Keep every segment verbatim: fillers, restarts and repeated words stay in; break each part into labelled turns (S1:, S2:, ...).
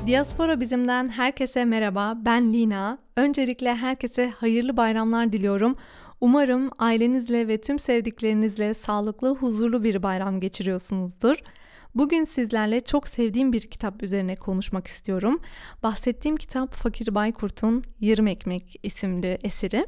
S1: Diaspora Bizim'den herkese merhaba, ben Lina. Öncelikle herkese hayırlı bayramlar diliyorum. Umarım ailenizle ve tüm sevdiklerinizle sağlıklı, huzurlu bir bayram geçiriyorsunuzdur. Bugün sizlerle çok sevdiğim bir kitap üzerine konuşmak istiyorum. Bahsettiğim kitap Fakir Baykurt'un Yarım Ekmek isimli eseri.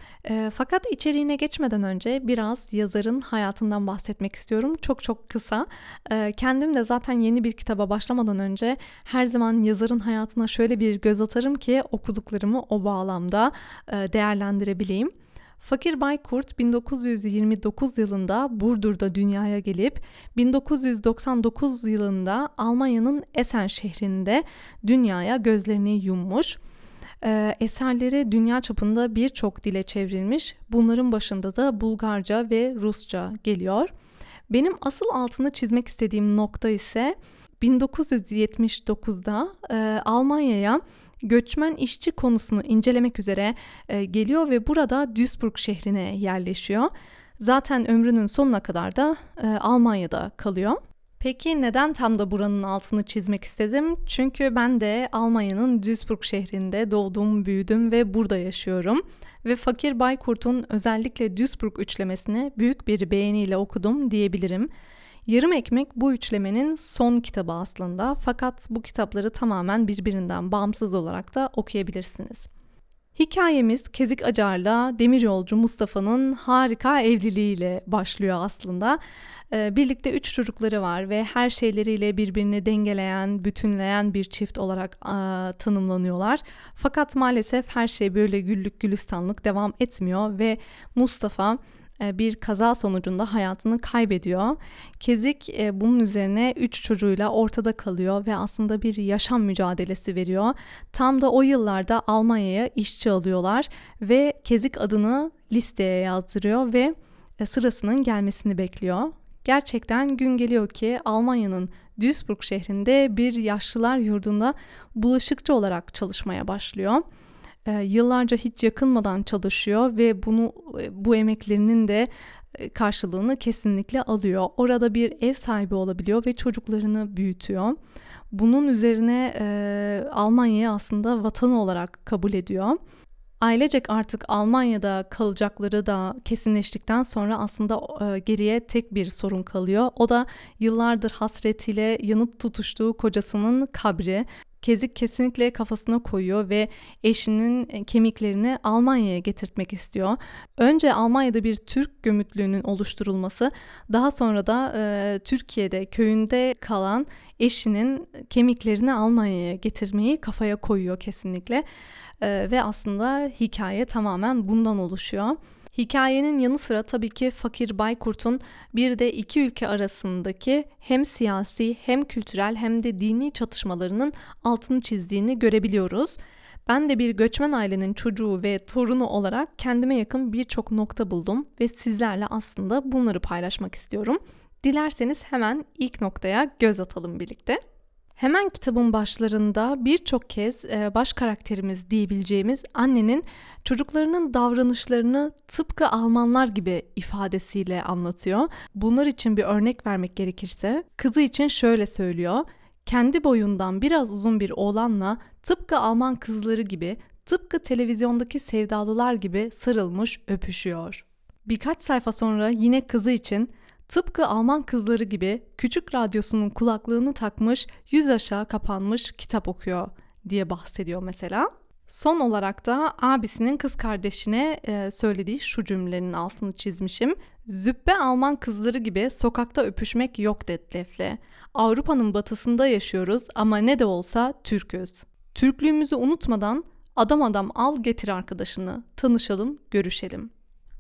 S1: E, fakat içeriğine geçmeden önce biraz yazarın hayatından bahsetmek istiyorum. Çok çok kısa. E, kendim de zaten yeni bir kitaba başlamadan önce her zaman yazarın hayatına şöyle bir göz atarım ki okuduklarımı o bağlamda e, değerlendirebileyim. Fakir Baykurt bin dokuz yüz yirmi dokuz yılında Burdur'da dünyaya gelip bin dokuz yüz doksan dokuz yılında Almanya'nın Essen şehrinde dünyaya gözlerini yummuş. Ee, eserleri dünya çapında birçok dile çevrilmiş. Bunların başında da Bulgarca ve Rusça geliyor. Benim asıl altını çizmek istediğim nokta ise bin dokuz yüz yetmiş dokuzda e, Almanya'ya göçmen işçi konusunu incelemek üzere e, geliyor ve burada Duisburg şehrine yerleşiyor. Zaten ömrünün sonuna kadar da e, Almanya'da kalıyor. Peki neden tam da buranın altını çizmek istedim? Çünkü ben de Almanya'nın Duisburg şehrinde doğdum, büyüdüm ve burada yaşıyorum. Ve Fakir Baykurt'un özellikle Duisburg üçlemesini büyük bir beğeniyle okudum diyebilirim. Yarım Ekmek bu üçlemenin son kitabı aslında, fakat bu kitapları tamamen birbirinden bağımsız olarak da okuyabilirsiniz. Hikayemiz Kezik Acar'la demiryolcu Mustafa'nın harika evliliğiyle başlıyor aslında. Ee, birlikte üç çocukları var ve her şeyleriyle birbirini dengeleyen, bütünleyen bir çift olarak a, tanımlanıyorlar. Fakat maalesef her şey böyle güllük gülistanlık devam etmiyor ve Mustafa bir kaza sonucunda hayatını kaybediyor. Kezik bunun üzerine üç çocuğuyla ortada kalıyor ve aslında bir yaşam mücadelesi veriyor. Tam da o yıllarda Almanya'ya işçi alıyorlar ve Kezik adını listeye yazdırıyor ve sırasının gelmesini bekliyor. Gerçekten gün geliyor ki Almanya'nın Duisburg şehrinde bir yaşlılar yurdunda bulaşıkçı olarak çalışmaya başlıyor. E, yıllarca hiç yakınmadan çalışıyor ve bunu bu emeklerinin de karşılığını kesinlikle alıyor. Orada bir ev sahibi olabiliyor ve çocuklarını büyütüyor. Bunun üzerine e, Almanya'yı aslında vatanı olarak kabul ediyor. Ailecek artık Almanya'da kalacakları da kesinleştikten sonra aslında e, geriye tek bir sorun kalıyor. O da yıllardır hasretiyle yanıp tutuştuğu kocasının kabri. Kezik kesinlikle kafasına koyuyor ve eşinin kemiklerini Almanya'ya getirtmek istiyor. Önce Almanya'da bir Türk gömütlüğünün oluşturulması, daha sonra da e, Türkiye'de köyünde kalan eşinin kemiklerini Almanya'ya getirmeyi kafaya koyuyor kesinlikle. E, ve aslında hikaye tamamen bundan oluşuyor. Hikayenin yanı sıra tabii ki Fakir Baykurt'un bir de iki ülke arasındaki hem siyasi hem kültürel hem de dini çatışmalarının altını çizdiğini görebiliyoruz. Ben de bir göçmen ailenin çocuğu ve torunu olarak kendime yakın birçok nokta buldum ve sizlerle aslında bunları paylaşmak istiyorum. Dilerseniz hemen ilk noktaya göz atalım birlikte. Hemen kitabın başlarında birçok kez baş karakterimiz diyebileceğimiz annenin çocuklarının davranışlarını tıpkı Almanlar gibi ifadesiyle anlatıyor. Bunlar için bir örnek vermek gerekirse kızı için şöyle söylüyor: kendi boyundan biraz uzun bir oğlanla tıpkı Alman kızları gibi, tıpkı televizyondaki sevdalılar gibi sarılmış öpüşüyor. Birkaç sayfa sonra yine kızı için tıpkı Alman kızları gibi küçük radyosunun kulaklığını takmış, yüz aşağı kapanmış kitap okuyor diye bahsediyor mesela. Son olarak da abisinin kız kardeşine e, söylediği şu cümlenin altını çizmişim. Züppe Alman kızları gibi sokakta öpüşmek yok Detlef'le. Avrupa'nın batısında yaşıyoruz ama ne de olsa Türk'üz. Türklüğümüzü unutmadan adam adam al getir arkadaşını, tanışalım, görüşelim.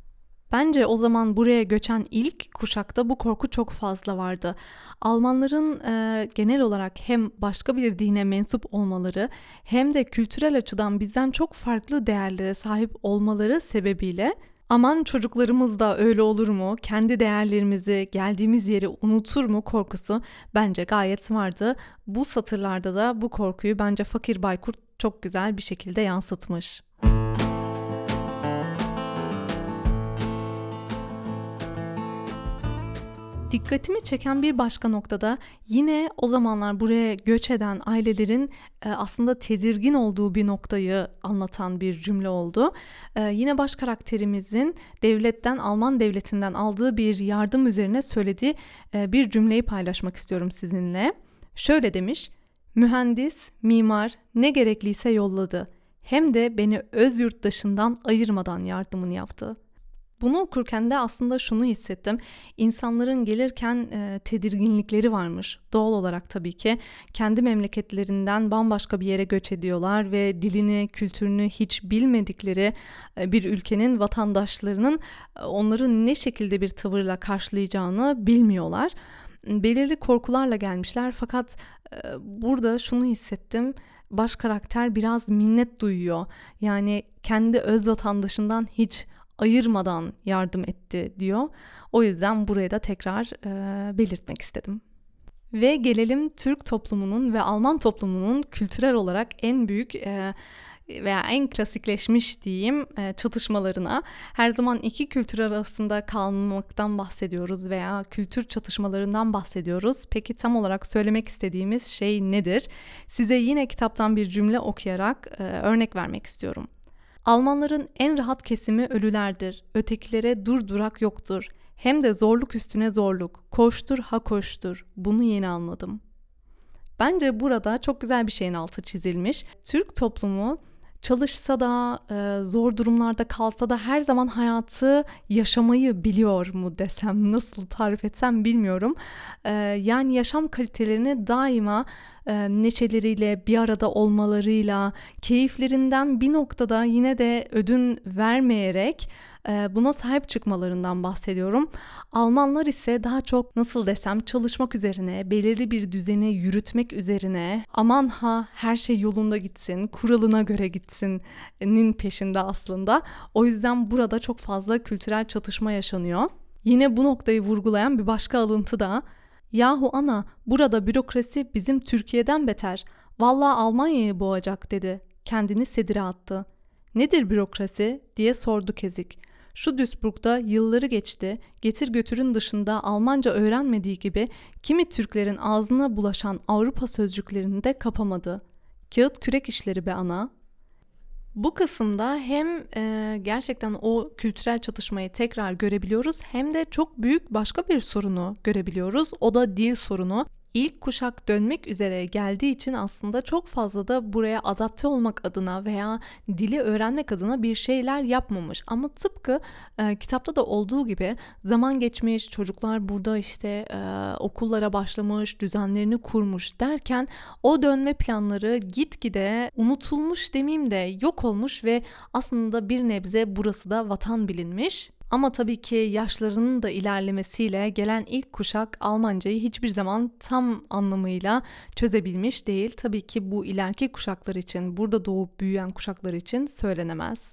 S1: Bence o zaman buraya göçen ilk kuşakta bu korku çok fazla vardı. Almanların e, genel olarak hem başka bir dine mensup olmaları hem de kültürel açıdan bizden çok farklı değerlere sahip olmaları sebebiyle aman çocuklarımız da öyle olur mu, kendi değerlerimizi, geldiğimiz yeri unutur mu korkusu bence gayet vardı. Bu satırlarda da bu korkuyu bence Fakir Baykurt çok güzel bir şekilde yansıtmış. Dikkatimi çeken bir başka noktada yine o zamanlar buraya göç eden ailelerin e, aslında tedirgin olduğu bir noktayı anlatan bir cümle oldu. E, yine baş karakterimizin devletten, Alman devletinden aldığı bir yardım üzerine söylediği e, bir cümleyi paylaşmak istiyorum sizinle. Şöyle demiş: "Mühendis, mimar ne gerekliyse yolladı. Hem de beni öz yurttaşından ayırmadan yardımını yaptı." Bunu okurken de aslında şunu hissettim. İnsanların gelirken e, tedirginlikleri varmış. Doğal olarak tabii ki kendi memleketlerinden bambaşka bir yere göç ediyorlar ve dilini, kültürünü hiç bilmedikleri e, bir ülkenin vatandaşlarının e, onları ne şekilde bir tavırla karşılayacağını bilmiyorlar. Belirli korkularla gelmişler, fakat e, burada şunu hissettim. Baş karakter biraz minnet duyuyor. Yani kendi öz vatandaşından hiç ayırmadan yardım etti diyor. O yüzden buraya da tekrar e, belirtmek istedim. Ve gelelim Türk toplumunun ve Alman toplumunun kültürel olarak en büyük e, veya en klasikleşmiş diyeyim e, çatışmalarına. Her zaman iki kültür arasında kalmaktan bahsediyoruz veya kültür çatışmalarından bahsediyoruz. Peki tam olarak söylemek istediğimiz şey nedir? Size yine kitaptan bir cümle okuyarak e, örnek vermek istiyorum. Almanların en rahat kesimi ölülerdir. Ötekilere dur durak yoktur. Hem de zorluk üstüne zorluk. Koştur ha koştur. Bunu yeni anladım. Bence burada çok güzel bir şeyin altı çizilmiş. Türk toplumu çalışsa da, e, zor durumlarda kalsa da her zaman hayatı yaşamayı biliyor mu desem, nasıl tarif etsem bilmiyorum. E, yani yaşam kalitelerini daima e, neşeleriyle, bir arada olmalarıyla, keyiflerinden bir noktada yine de ödün vermeyerek e, buna sahip çıkmalarından bahsediyorum. Almanlar ise daha çok, nasıl desem, çalışmak üzerine, belirli bir düzeni yürütmek üzerine, aman ha her şey yolunda gitsin, kuralına göre gitsin'nin peşinde aslında. O yüzden burada çok fazla kültürel çatışma yaşanıyor. Yine bu noktayı vurgulayan bir başka alıntı da: "Yahu ana, burada bürokrasi bizim Türkiye'den beter. Vallahi Almanya'yı boğacak," dedi. Kendini sedire attı. "Nedir bürokrasi?" diye sordu Kezik. "Şu Duisburg'da yılları geçti, getir götürün dışında Almanca öğrenmediği gibi kimi Türklerin ağzına bulaşan Avrupa sözcüklerini de kapamadı. Kağıt kürek işleri be ana." Bu kısımda hem e, gerçekten o kültürel çatışmayı tekrar görebiliyoruz, hem de çok büyük başka bir sorunu görebiliyoruz. O da dil sorunu. İlk kuşak dönmek üzere geldiği için aslında çok fazla da buraya adapte olmak adına veya dili öğrenmek adına bir şeyler yapmamış. Ama tıpkı e, kitapta da olduğu gibi zaman geçmiş, çocuklar burada işte e, okullara başlamış, düzenlerini kurmuş derken o dönme planları gitgide unutulmuş demeyeyim de yok olmuş ve aslında bir nebze burası da vatan bilinmiş. Ama tabii ki yaşlarının da ilerlemesiyle gelen ilk kuşak Almancayı hiçbir zaman tam anlamıyla çözebilmiş değil. Tabii ki bu ileriki kuşaklar için, burada doğup büyüyen kuşaklar için söylenemez.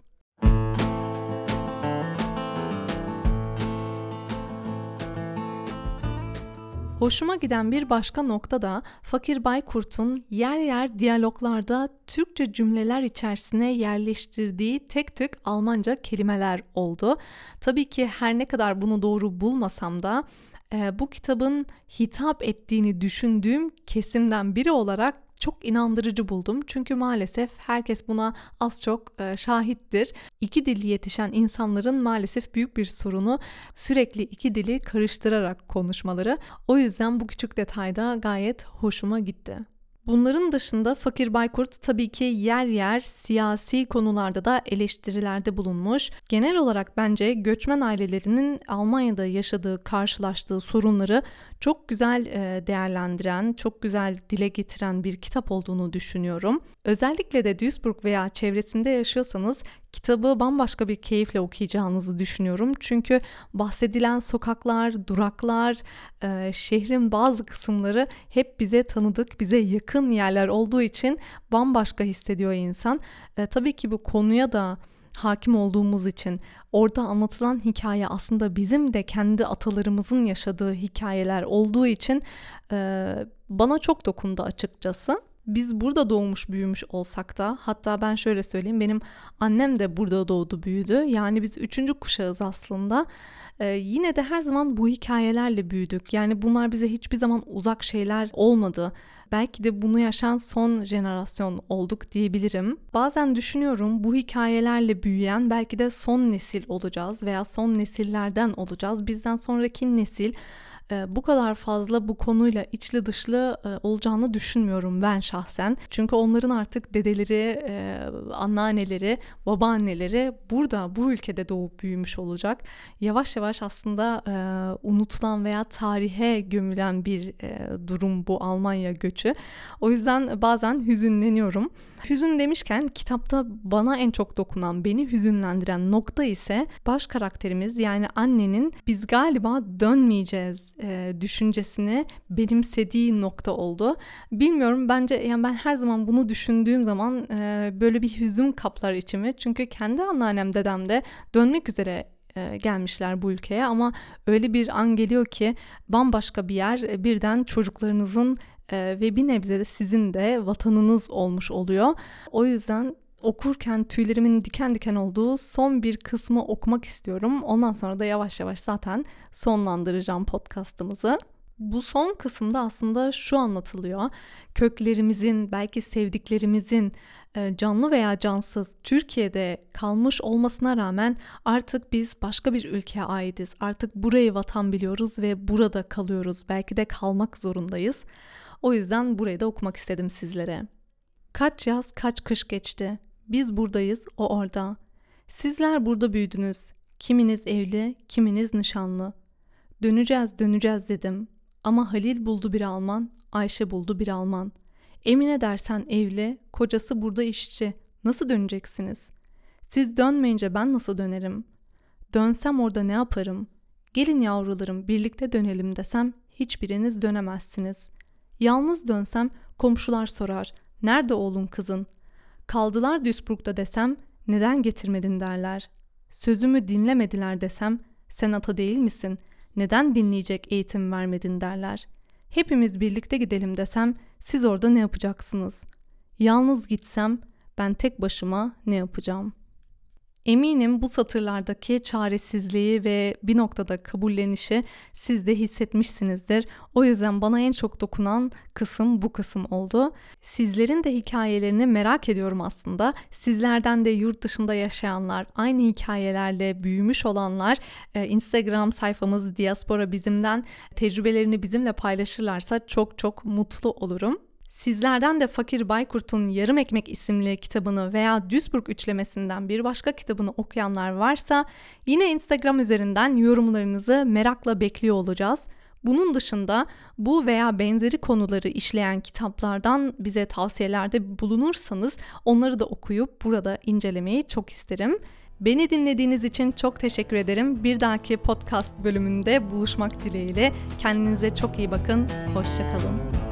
S1: Hoşuma giden bir başka nokta da Fakir Baykurt'un yer yer diyaloglarda Türkçe cümleler içerisine yerleştirdiği tek tek Almanca kelimeler oldu. Tabii ki her ne kadar bunu doğru bulmasam da e, bu kitabın hitap ettiğini düşündüğüm kesimden biri olarak çok inandırıcı buldum. Çünkü maalesef herkes buna az çok e, şahittir. İki dilli yetişen insanların maalesef büyük bir sorunu sürekli iki dili karıştırarak konuşmaları. O yüzden bu küçük detayda gayet hoşuma gitti. Bunların dışında Fakir Baykurt tabii ki yer yer siyasi konularda da eleştirilerde bulunmuş. Genel olarak bence göçmen ailelerinin Almanya'da yaşadığı, karşılaştığı sorunları çok güzel değerlendiren, çok güzel dile getiren bir kitap olduğunu düşünüyorum. Özellikle de Duisburg veya çevresinde yaşıyorsanız kitabı bambaşka bir keyifle okuyacağınızı düşünüyorum. Çünkü bahsedilen sokaklar, duraklar, e, şehrin bazı kısımları hep bize tanıdık, bize yakın yerler olduğu için bambaşka hissediyor insan. E, tabii ki bu konuya da hakim olduğumuz için, orada anlatılan hikaye aslında bizim de kendi atalarımızın yaşadığı hikayeler olduğu için e, bana çok dokundu açıkçası. Biz burada doğmuş büyümüş olsak da, hatta ben şöyle söyleyeyim, benim annem de burada doğdu büyüdü. Yani biz üçüncü kuşağız aslında. Ee, yine de her zaman bu hikayelerle büyüdük. Yani bunlar bize hiçbir zaman uzak şeyler olmadı. Belki de bunu yaşayan son jenerasyon olduk diyebilirim. Bazen düşünüyorum, bu hikayelerle büyüyen belki de son nesil olacağız veya son nesillerden olacağız. Bizden sonraki nesil bu kadar fazla bu konuyla içli dışlı olacağını düşünmüyorum ben şahsen. Çünkü onların artık dedeleri, anneanneleri, babaanneleri burada, bu ülkede doğup büyümüş olacak. Yavaş yavaş aslında unutulan veya tarihe gömülen bir durum bu Almanya göçü. O yüzden bazen hüzünleniyorum. Hüzün demişken kitapta bana en çok dokunan, beni hüzünlendiren nokta ise baş karakterimiz yani annenin biz galiba dönmeyeceğiz e, düşüncesini benimsediği nokta oldu. Bilmiyorum, bence yani ben her zaman bunu düşündüğüm zaman e, böyle bir hüzün kaplar içimi. Çünkü kendi anneannem, dedem de dönmek üzere gelmişler bu ülkeye ama öyle bir an geliyor ki bambaşka bir yer birden çocuklarınızın ve bir nebze de sizin de vatanınız olmuş oluyor. O yüzden okurken tüylerimin diken diken olduğu son bir kısmı okumak istiyorum. Ondan sonra da yavaş yavaş zaten sonlandıracağım podcastımızı. Bu son kısımda aslında şu anlatılıyor. Köklerimizin, belki sevdiklerimizin canlı veya cansız Türkiye'de kalmış olmasına rağmen artık biz başka bir ülkeye aitiz. Artık burayı vatan biliyoruz ve burada kalıyoruz. Belki de kalmak zorundayız. O yüzden burayı da okumak istedim sizlere. Kaç yaz, kaç kış geçti. Biz buradayız, o orada. Sizler burada büyüdünüz. Kiminiz evli, kiminiz nişanlı. Döneceğiz, döneceğiz dedim. Ama Halil buldu bir Alman, Ayşe buldu bir Alman. Emine dersen evli, kocası burada işçi. Nasıl döneceksiniz? Siz dönmeyince ben nasıl dönerim? Dönsem orada ne yaparım? Gelin yavrularım birlikte dönelim desem hiçbiriniz dönemezsiniz. Yalnız dönsem komşular sorar. Nerede oğlun kızın? Kaldılar Duisburg'da desem neden getirmedin derler. Sözümü dinlemediler desem sen ata değil misin? Neden dinleyecek eğitim vermedin derler. Hepimiz birlikte gidelim desem siz orada ne yapacaksınız? Yalnız gitsem ben tek başıma ne yapacağım? Eminim bu satırlardaki çaresizliği ve bir noktada kabullenişi siz de hissetmişsinizdir. O yüzden bana en çok dokunan kısım bu kısım oldu. Sizlerin de hikayelerini merak ediyorum aslında. Sizlerden de yurt dışında yaşayanlar, aynı hikayelerle büyümüş olanlar Instagram sayfamız Diaspora Bizim'den tecrübelerini bizimle paylaşırlarsa çok çok mutlu olurum. Sizlerden de Fakir Baykurt'un Yarım Ekmek isimli kitabını veya Duisburg üçlemesinden bir başka kitabını okuyanlar varsa yine Instagram üzerinden yorumlarınızı merakla bekliyor olacağız. Bunun dışında bu veya benzeri konuları işleyen kitaplardan bize tavsiyelerde bulunursanız onları da okuyup burada incelemeyi çok isterim. Beni dinlediğiniz için çok teşekkür ederim. Bir dahaki podcast bölümünde buluşmak dileğiyle. Kendinize çok iyi bakın. Hoşça kalın.